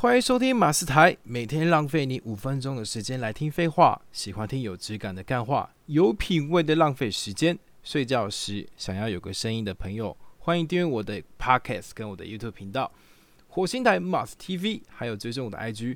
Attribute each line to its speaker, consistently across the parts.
Speaker 1: 欢迎收听马斯台，每天浪费你5分钟的时间来听废话。喜欢听有质感的干话，有品味的浪费时间。睡觉时想要有个声音的朋友，欢迎订阅我的 Podcast 跟我的 YouTube 频道火星台 Mars TV， 还有追踪我的 IG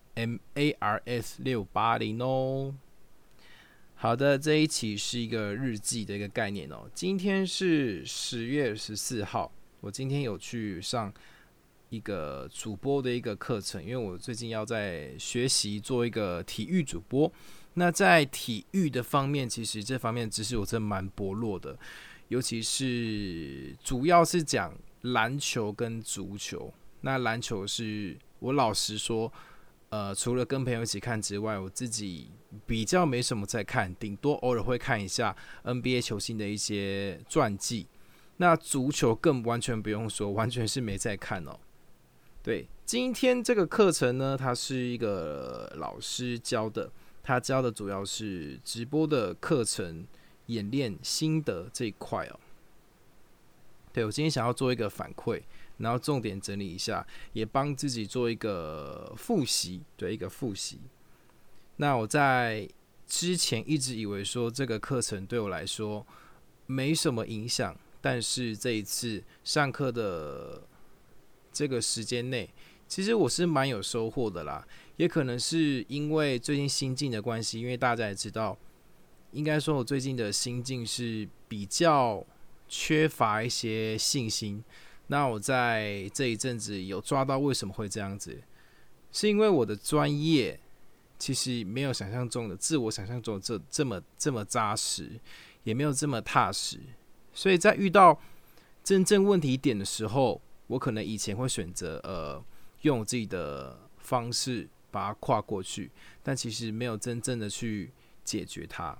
Speaker 1: MARS680 哦。好的，这一期是一个日记的一个概念哦。今天是10月14号，我今天有去上一个主播的一个课程，因为我最近要在学习做一个体育主播。那在体育的方面，其实这方面知识我真的蛮薄弱的，尤其是主要是讲篮球跟足球。那篮球是我老实说，除了跟朋友一起看之外，我自己比较没什么在看，顶多偶尔会看一下 NBA 球星的一些传记。那足球更完全不用说，完全是没在看哦。对，今天这个课程呢，它是一个老师教的，他教的主要是直播的课程演练心得这一块哦。对，我今天想要做一个反馈，然后重点整理一下，也帮自己做一个复习，对，一个复习。那我在之前一直以为说这个课程对我来说没什么影响，但是这一次上课的这个时间内，其实我是蛮有收获的啦。也可能是因为最近心境的关系，因为大家也知道，应该说我最近的心境是比较缺乏一些信心。那我在这一阵子有抓到为什么会这样子，是因为我的专业其实没有想象中的自我想象中的这么扎实，也没有这么踏实，所以在遇到真正问题点的时候，我可能以前会选择用我自己的方式把它跨过去，但其实没有真正的去解决它。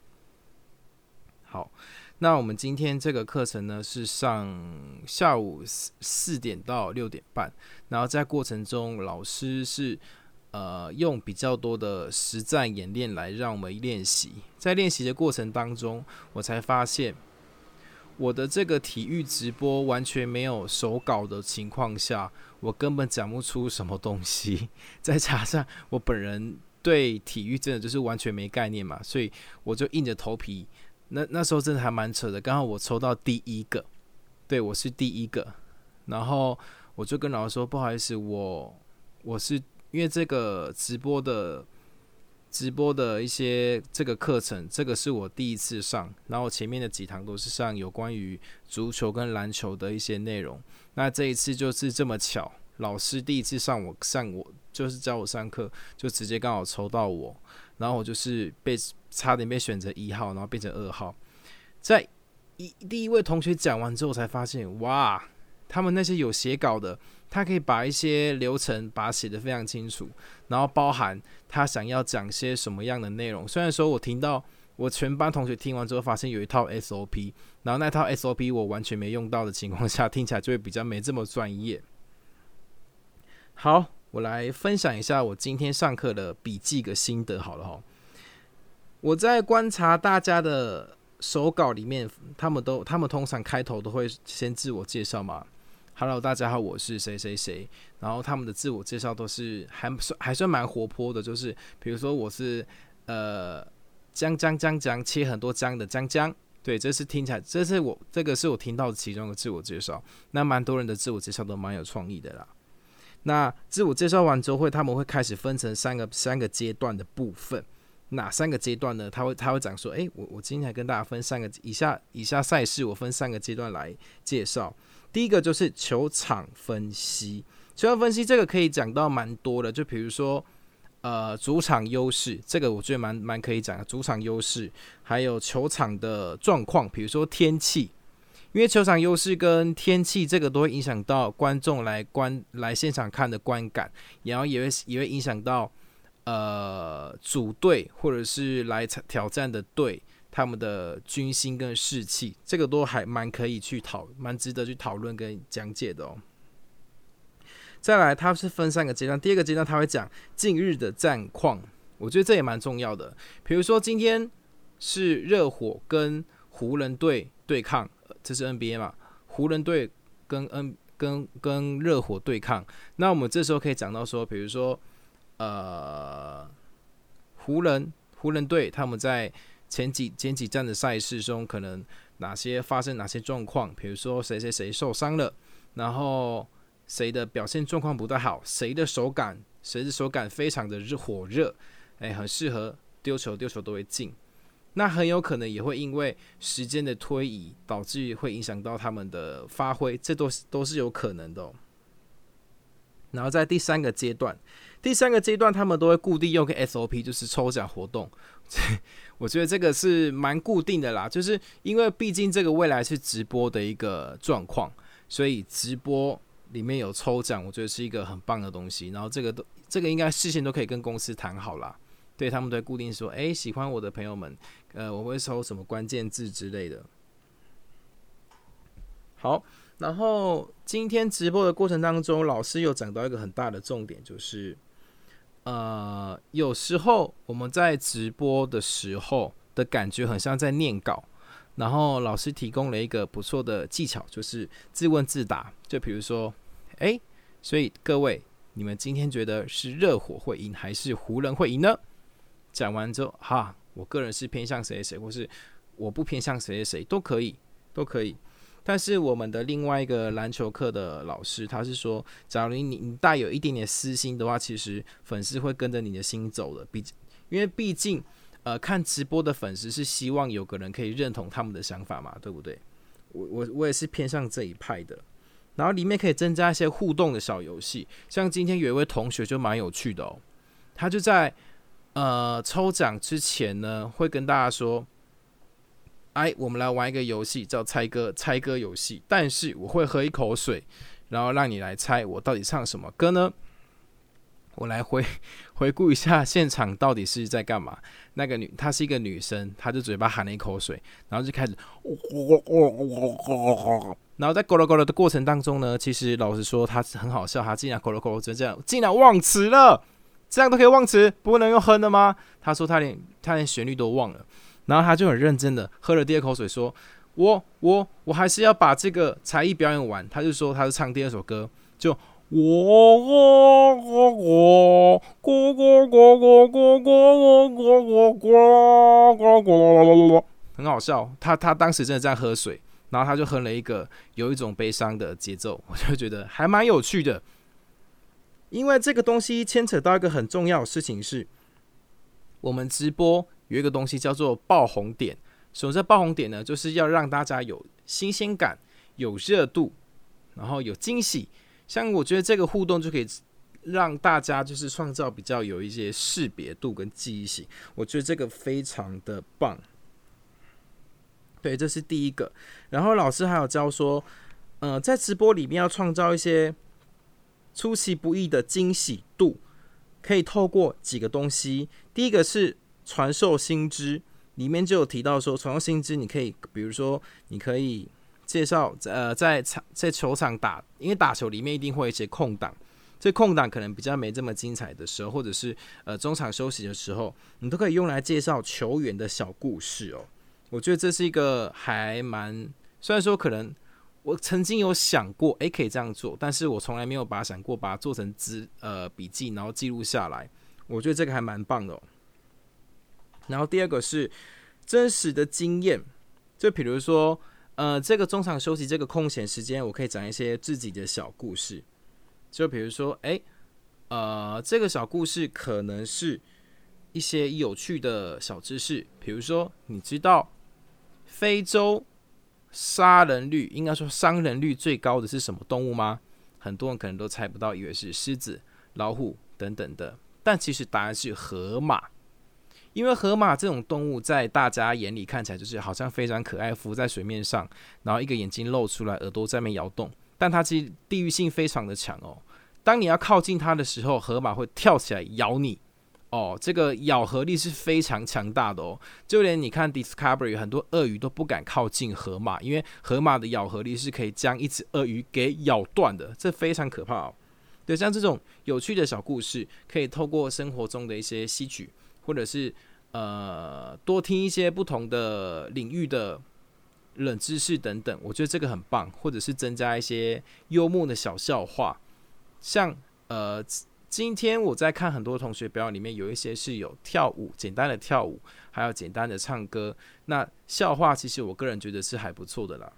Speaker 1: 好，那我们今天这个课程呢是上下午4点到6点半，然后在过程中老师是用比较多的实战演练来让我们练习。在练习的过程当中，我才发现我的这个体育直播完全没有手稿的情况下，我根本讲不出什么东西。再加上我本人对体育真的就是完全没概念嘛，所以我就硬着头皮。那时候真的还蛮扯的，刚好我抽到第一个，对，我是第一个。然后我就跟老师说，不好意思，我是因为这个直播的一些这个课程，这个是我第一次上，然后前面的几堂都是上有关于足球跟篮球的一些内容。那这一次就是这么巧，老师第一次上我就是教我上课，就直接刚好抽到我，然后我就是差点被选择1号，然后变成2号。在第一位同学讲完之后，才发现哇，他们那些有写稿的，他可以把一些流程把它写得非常清楚，然后包含他想要讲些什么样的内容。虽然说我全班同学听完之后，发现有一套 SOP， 然后那套 SOP 我完全没用到的情况下，听起来就会比较没这么专业。好，我来分享一下我今天上课的笔记个心得好了齁。我在观察大家的手稿里面，他们通常开头都会先自我介绍嘛。Hello， 大家好，我是谁谁谁。然后他们的自我介绍都是还算蛮活泼的，就是比如说我是姜切很多姜的姜。对，这个是我听到的其中的自我介绍。那蛮多人的自我介绍都蛮有创意的啦。那自我介绍完之后他们会开始分成三个阶段的部分。哪3个阶段呢？他会讲说，我今天来跟大家分以下赛事，我分3个阶段来介绍。第一个就是球场分析，球场分析这个可以讲到蛮多的，就比如说主场优势，这个我觉得蛮可以讲的，主场优势，还有球场的状况，比如说天气，因为球场优势跟天气这个都会影响到观众来现场看的观感，然后也会影响到主队或者是来挑战的队，他们的军心跟士气，这个都还蛮值得去讨论跟讲解的哦。再来，它是分3个阶段，第2个阶段他会讲近日的战况，我觉得这也蛮重要的。比如说今天是热火跟湖人队对抗，这是 NBA 嘛，湖人队跟跟热火对抗。那我们这时候可以讲到说，比如说湖人队他们在前几站的赛事中，可能发生哪些状况，比如说谁受伤了，然后谁的表现状况不太好，谁的手感非常的火热，很适合丢球都会进。那很有可能也会因为时间的推移，导致会影响到他们的发挥，这都是有可能的然后在第三个阶段，他们都会固定用个 SOP， 就是抽奖活动。我觉得这个是蛮固定的啦，就是因为毕竟这个未来是直播的一个状况，所以直播里面有抽奖，我觉得是一个很棒的东西。然后这个应该事先都可以跟公司谈好啦。对，他们都会固定说，喜欢我的朋友们，我会抽什么关键字之类的。好，然后今天直播的过程当中，老师有讲到一个很大的重点，就是有时候我们在直播的时候的感觉很像在念稿，然后老师提供了一个不错的技巧，就是自问自答。就比如说，所以各位，你们今天觉得是热火会赢还是湖人会赢呢？讲完之后，我个人是偏向谁，或是我不偏向谁，都可以。但是我们的另外一个篮球课的老师，他是说，假如你带有一点点私心的话，其实粉丝会跟着你的心走的。因为毕竟，看直播的粉丝是希望有个人可以认同他们的想法嘛，对不对？我也是偏向这一派的。然后里面可以增加一些互动的小游戏，像今天有一位同学就蛮有趣的他就在抽奖之前呢，会跟大家说，我们来玩一个游戏叫猜歌游戏，但是我会喝一口水，然后让你来猜我到底唱什么歌呢？我来回顾一下现场到底是在干嘛。她是一个女生，她就嘴巴含了一口水，然后就开始，然后在咕噜咕噜的过程当中呢，其实老实说她很好笑，她竟然咕噜咕噜这样，竟然忘词了。这样都可以忘词，不能用哼的吗？他说他连旋律都忘了，然后他就很认真的喝了第二口水，说：“我还是要把这个才艺表演完。”他就说他是唱第二首歌，就很好笑。他当时真的在喝水，然后他就哼了一个有一种悲伤的节奏，我就觉得还蛮有趣的。因为这个东西牵扯到一个很重要的事情是，我们直播有一个东西叫做爆红点。什么叫爆红点呢？就是要让大家有新鲜感、有热度，然后有惊喜。像我觉得这个互动就可以让大家就是创造比较有一些识别度跟记忆性。我觉得这个非常的棒。对，这是第一个。然后老师还有教说，在直播里面要创造一些出其不意的惊喜度，可以透过几个东西。第一个是传授新知，里面就有提到说，传授新知你可以，比如说你可以介绍，在球场打，因为打球里面一定会有一些空档，这空档可能比较没这么精彩的时候，或者是中场休息的时候，你都可以用来介绍球员的小故事我觉得这是一个还蛮，虽然说可能我曾经有想过，可以这样做，但是我从来没有把它想过，把它做成笔记，然后记录下来。我觉得这个还蛮棒的然后第二个是真实的经验，就比如说，这个中场休息这个空闲时间，我可以讲一些自己的小故事。就比如说，这个小故事可能是一些有趣的小知识，比如说，你知道非洲伤人率最高的是什么动物吗？很多人可能都猜不到，以为是狮子、老虎等等的，但其实答案是河马。因为河马这种动物在大家眼里看起来就是好像非常可爱，浮在水面上，然后一个眼睛露出来，耳朵在那边摇动，但它其实地域性非常的强当你要靠近它的时候，河马会跳起来咬你这个咬合力是非常强大的就连你看 Discovery 很多鳄鱼都不敢靠近河马，因为河马的咬合力是可以将一只鳄鱼给咬断的，这非常可怕对，像这种有趣的小故事，可以透过生活中的一些吸取，或者是多听一些不同的领域的冷知识等等，我觉得这个很棒，或者是增加一些幽默的小笑话，像今天我在看很多同学表演里面，有一些是有跳舞，简单的跳舞，还有简单的唱歌。那笑话其实我个人觉得是还不错的啦。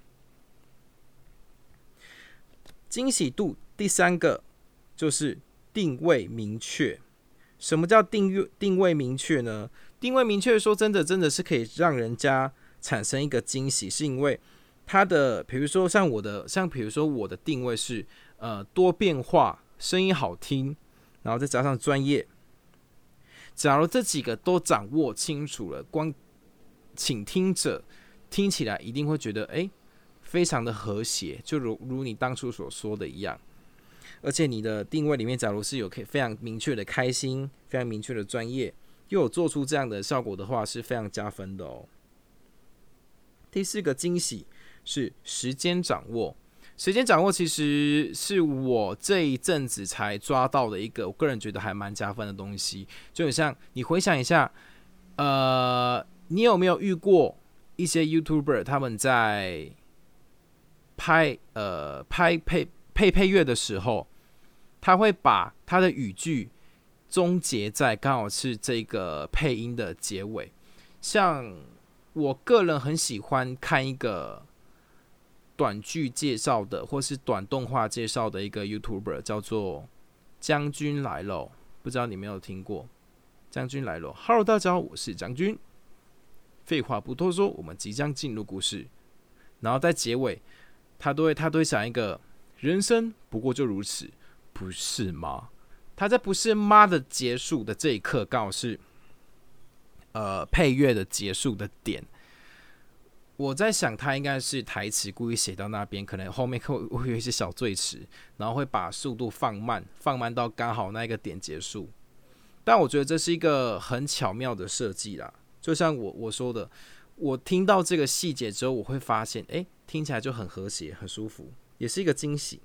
Speaker 1: 惊喜度第三个就是定位明确。什么叫定位明确呢？定位明确说真的是可以让人家产生一个惊喜，是因为它的，比如说比如说我的定位是多变化，声音好听，然后再加上专业。假如这几个都掌握清楚了，光倾听者听起来一定会觉得非常的和谐，就如你当初所说的一样。而且你的定位里面，假如是有非常明确的开心，非常明确的专业，又有做出这样的效果的话，是非常加分的哦。第四个惊喜是时间掌握。时间掌握其实是我这一阵子才抓到的一个，我个人觉得还蛮加分的东西。就很像你回想一下，你有没有遇过一些 YouTuber 他们在拍配乐的时候，他会把他的语句终结在刚好是这个配音的结尾。像我个人很喜欢看一个短剧介绍的，或是短动画介绍的一个 YouTuber， 叫做将军来了，不知道你没有听过？将军来了 ，Hello， 大家好，我是将军。废话不多说，我们即将进入故事。然后在结尾，他都会想一个人生不过就如此，不是吗？他在不是吗的结束的这一刻，刚好是配乐的结束的点。我在想，他应该是台词故意写到那边，可能后面会有一些小赘词，然后会把速度放慢到刚好那一个点结束。但我觉得这是一个很巧妙的设计啦，就像我说的，我听到这个细节之后，我会发现，听起来就很和谐、很舒服，也是一个惊喜。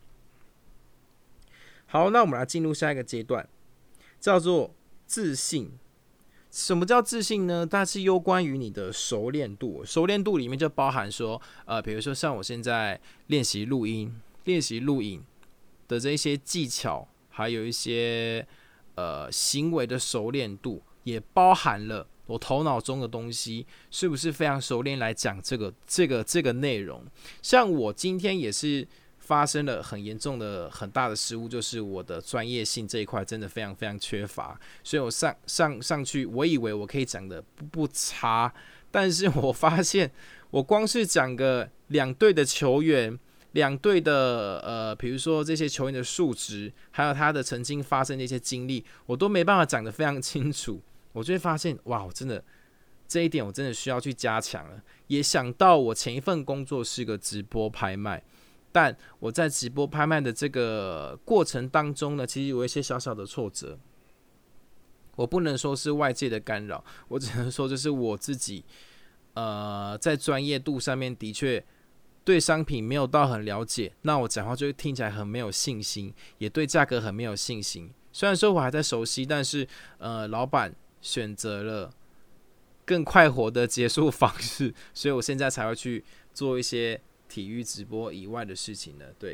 Speaker 1: 好，那我们来进入下一个阶段，叫做自信。什么叫自信呢？它是攸关于你的熟练度。熟练度里面就包含说，比如说像我现在练习录音、练习录影的这一些技巧，还有一些行为的熟练度，也包含了我头脑中的东西是不是非常熟练来讲这个内容。像我今天也是发生了很严重的、很大的失误，就是我的专业性这一块真的非常非常缺乏，所以我上去，我以为我可以讲的不差，但是我发现我光是讲个两队的球员、两队的比如说这些球员的数值，还有他的曾经发生的一些经历，我都没办法讲得非常清楚，我就会发现，哇，我真的这一点我真的需要去加强了。也想到我前一份工作是个直播拍卖。但我在直播拍卖的这个过程当中呢，其实有一些小小的挫折。我不能说是外界的干扰，我只能说就是我自己，在专业度上面的确对商品没有到很了解，那我讲话就会听起来很没有信心，也对价格很没有信心。虽然说我还在熟悉，但是老板选择了更快活的结束方式，所以我现在才会去做一些体育直播以外的事情呢，对。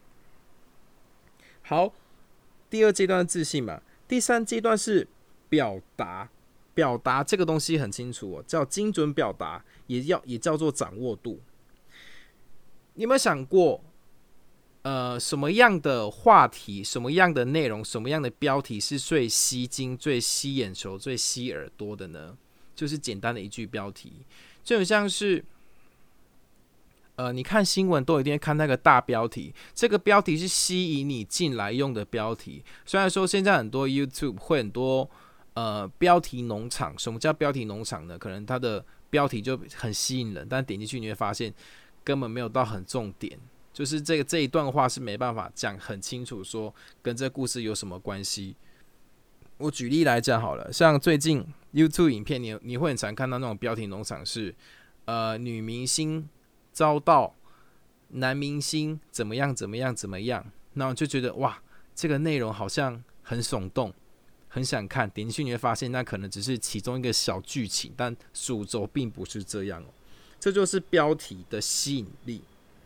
Speaker 1: 好，第二阶段自信嘛，第三阶段是表达。表达这个东西很清楚叫精准表达，也叫做掌握度。你有没有想过，什么样的话题、什么样的内容、什么样的标题是最吸睛、最吸眼球、最吸耳朵的呢？就是简单的一句标题，就很像是。你看新闻都一定会看那个大标题，这个标题是吸引你进来用的标题。虽然说现在很多 YouTube 会很多标题农场，什么叫标题农场呢？可能它的标题就很吸引人，但点进去你会发现根本没有到很重点，就是这一段话是没办法讲很清楚，说跟这故事有什么关系。我举例来讲好了，像最近 YouTube 影片你会很常看到那种标题农场是女明星遭到男明星怎么样，那我就觉得哇，这个内容好像很耸动，很想看。点进去你会发现，那可能只是其中一个小剧情，但主轴并不是这样这就是标题的吸引力。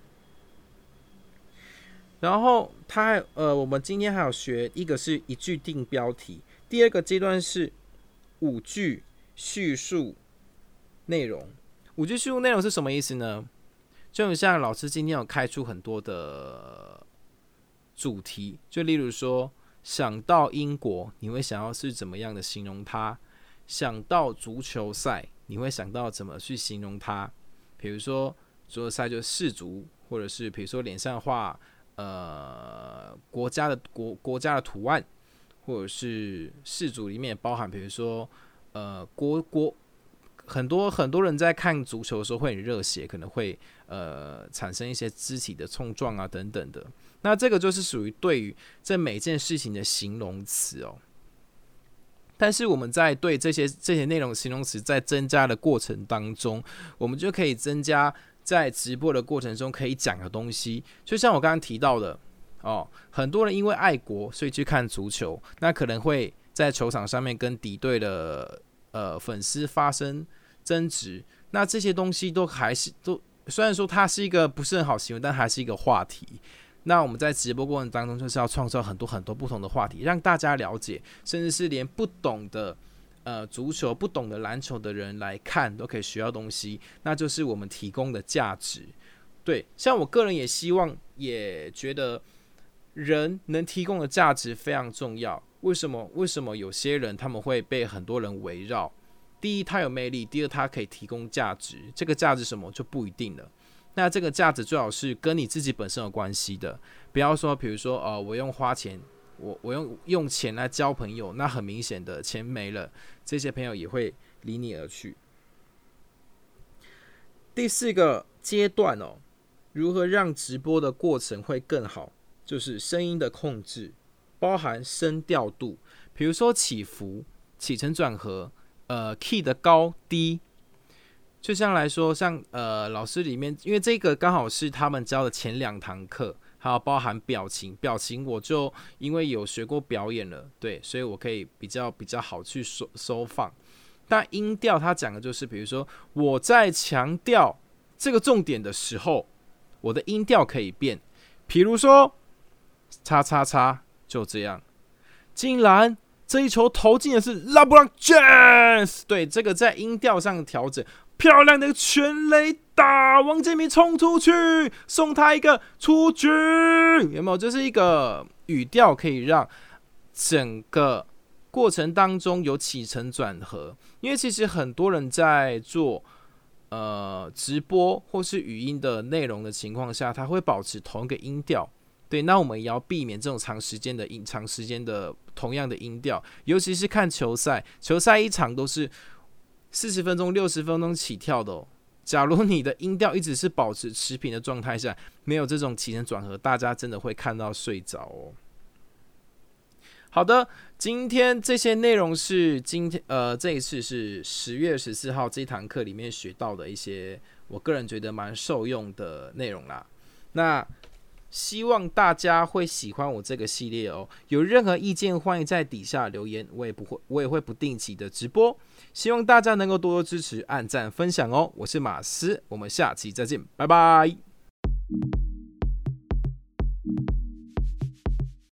Speaker 1: 然后我们今天还有学一个是一句定标题，第二个阶段是5句叙述内容。5句叙述内容是什么意思呢？就很像老师今天有开出很多的主题，就例如说想到英国，你会想要是怎么样的形容它？想到足球赛，你会想到怎么去形容它？比如说足球赛就是世足，或者是比如说脸上画国家的图案，或者是世足里面也包含，比如说很多人在看足球的时候会很热血，可能会产生一些肢体的冲撞啊等等的。那这个就是属于对于这每件事情的形容词哦。但是我们在对这些内容形容词在增加的过程当中，我们就可以增加在直播的过程中可以讲的东西。就像我刚刚提到的哦，很多人因为爱国所以去看足球，那可能会在球场上面跟敌对的粉丝发生争执。那这些东西都虽然说它是一个不是很好形容，但还是一个话题。那我们在直播过程当中，就是要创造很多很多不同的话题，让大家了解，甚至是连不懂的足球、不懂的篮球的人来看，都可以学到东西。那就是我们提供的价值。对，像我个人也希望，也觉得人能提供的价值非常重要。为什么有些人他们会被很多人围绕？第一，他有魅力；第二，他可以提供价值。这个价值什么就不一定了。那这个价值最好是跟你自己本身有关系的，不要说，比如说，我用花钱，我用钱来交朋友，那很明显的钱没了，这些朋友也会离你而去。第4个阶段哦，如何让直播的过程会更好，就是声音的控制，包含声调度，比如说起伏、起承转合，key 的高低。就像来说，像老师里面，因为这个刚好是他们教的前2堂课，还有包含表情，我就因为有学过表演了，对，所以我可以比较好去收放。但音调他讲的就是，比如说我在强调这个重点的时候，我的音调可以变，比如说叉叉叉就这样，竟然这一球投进的是 LeBron James， 对，这个在音调上调整。漂亮的全垒打，王建民冲出去，送他一个出局，有没有？这是一个语调，可以让整个过程当中有起承转合。因为其实很多人在做直播或是语音的内容的情况下，他会保持同一个音调。对，那我们也要避免这种长时间的同样的音调，尤其是看球赛，一场都是40分钟、60分钟起跳的哦。假如你的音调一直是保持持平的状态下，没有这种起承转合，大家真的会看到睡着哦。好的，今天这些内容是这一次是10月14号这堂课里面学到的一些我个人觉得蛮受用的内容啦。那希望大家会喜欢我这个系列哦。有任何意见，欢迎在底下留言，我也会不定期的直播。希望大家能够多多支持、按赞、分享哦。我是马斯，我们下期再见，拜拜。